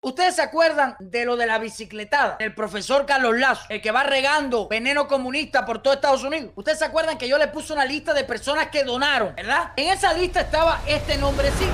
¿Ustedes se acuerdan de lo de la bicicletada? Del profesor Carlos Lazo, el que va regando veneno comunista por todo Estados Unidos. ¿Ustedes se acuerdan que yo le puse una lista de personas que donaron, verdad? En esa lista estaba este nombrecito: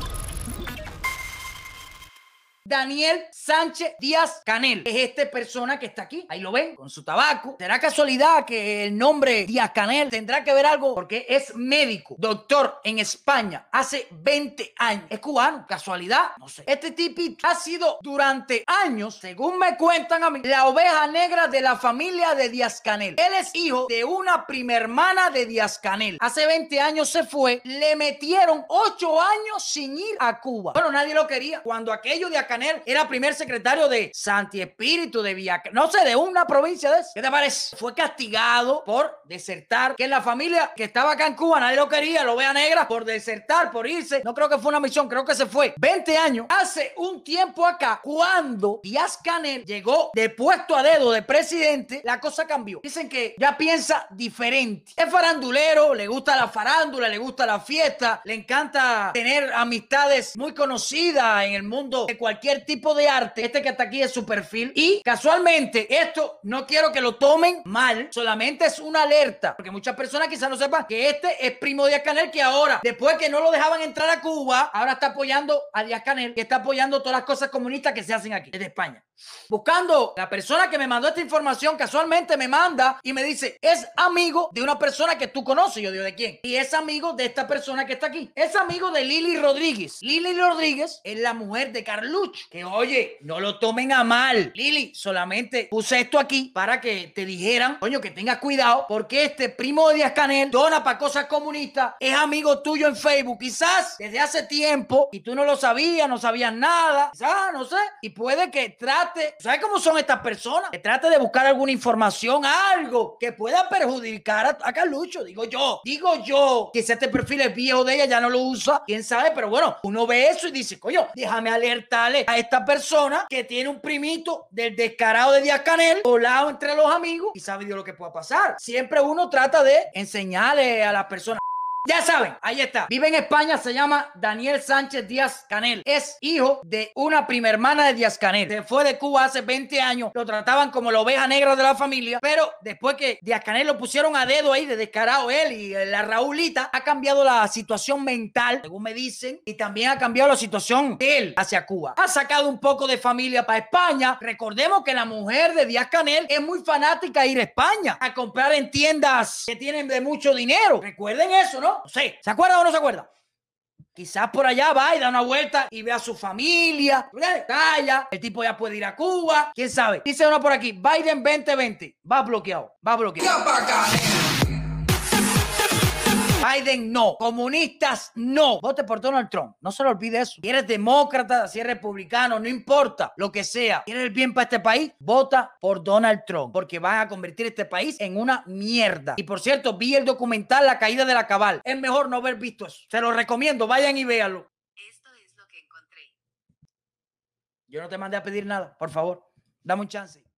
Daniel Sánchez Díaz Canel. Es esta persona que está aquí. Ahí lo ven, con su tabaco. ¿Será casualidad que el nombre Díaz Canel tendrá que ver algo? Porque es médico, doctor en España hace 20 años. ¿Es cubano? ¿Casualidad? No sé. Este tipito ha sido durante años, según me cuentan a mí, la oveja negra de la familia de Díaz Canel. Él es hijo de una prima hermana de Díaz Canel. Hace 20 años se fue. Le metieron 8 años sin ir a Cuba. Bueno, nadie lo quería. Cuando aquello de Canel era primer secretario de Santi Espíritu, de Villa, no sé, de una provincia de esa. ¿Qué te parece? Fue castigado por desertar, que en la familia que estaba acá en Cuba nadie lo quería, lo vea negra, por desertar, por irse. No creo que fue una misión, creo que se fue. 20 años. Hace un tiempo acá, cuando Díaz Canel llegó de puesto a dedo de presidente, la cosa cambió. Dicen que ya piensa diferente. Es farandulero, le gusta la farándula, le gusta la fiesta, le encanta tener amistades muy conocidas en el mundo de cualquier tipo de arte. Este que está aquí es su perfil. Y casualmente, esto no quiero que lo tomen mal, solamente es una alerta, porque muchas personas quizás no sepan que este es primo de Díaz Canel, que ahora, después que no lo dejaban entrar a Cuba, ahora está apoyando a Díaz Canel, que está apoyando todas las cosas comunistas que se hacen aquí, desde España. Buscando la persona que me mandó esta información, casualmente me manda y me dice: es amigo de una persona que tú conoces. Yo digo: ¿de quién? Y es amigo de esta persona que está aquí. Es amigo de Lili Rodríguez. Lili Rodríguez es la mujer de Carlucho. Que oye, no lo tomen a mal. Lili, solamente puse esto aquí para que te dijeran, coño, que tengas cuidado, porque este primo de Díaz Canel dona para cosas comunistas, es amigo tuyo en Facebook, quizás desde hace tiempo, y tú no lo sabías, no sabías nada, quizás, no sé, y puede que trate, ¿sabes cómo son estas personas? Que trate de buscar alguna información, algo que pueda perjudicar a Carlucho. Digo yo, quizás este perfil es viejo de ella, ya no lo usa, quién sabe, pero bueno, uno ve eso y dice: coño, déjame alertarle a esta persona que tiene un primito del descarado de Díaz Canel volado entre los amigos, y sabe Dios lo que pueda pasar. Siempre uno trata de enseñarle a las personas. Ya saben, ahí está. Vive en España, se llama Daniel Sánchez Díaz Canel. Es hijo de una prima hermana de Díaz Canel. Se fue de Cuba hace 20 años. Lo trataban como la oveja negra de la familia. Pero después que Díaz Canel lo pusieron a dedo ahí, de descarado él y la Raulita, ha cambiado la situación mental, según me dicen, y también ha cambiado la situación de él hacia Cuba. Ha sacado un poco de familia para España. Recordemos que la mujer de Díaz Canel es muy fanática de ir a España a comprar en tiendas que tienen de mucho dinero. Recuerden eso, ¿no? No sé, ¿se acuerda o no se acuerda? Quizás por allá va y da una vuelta y ve a su familia. Calla, el tipo ya puede ir a Cuba. ¿Quién sabe? Dice uno por aquí: Biden 2020. Va bloqueado, va bloqueado. Biden no, comunistas no. Vote por Donald Trump, no se lo olvide eso. Si eres demócrata, si eres republicano, no importa lo que sea, quieres el bien para este país, vota por Donald Trump, porque van a convertir este país en una mierda. Y por cierto, vi el documental La caída de la cabal. Es mejor no haber visto eso. Se lo recomiendo, vayan y véanlo. Esto es lo que encontré. Yo no te mandé a pedir nada, por favor, dame un chance.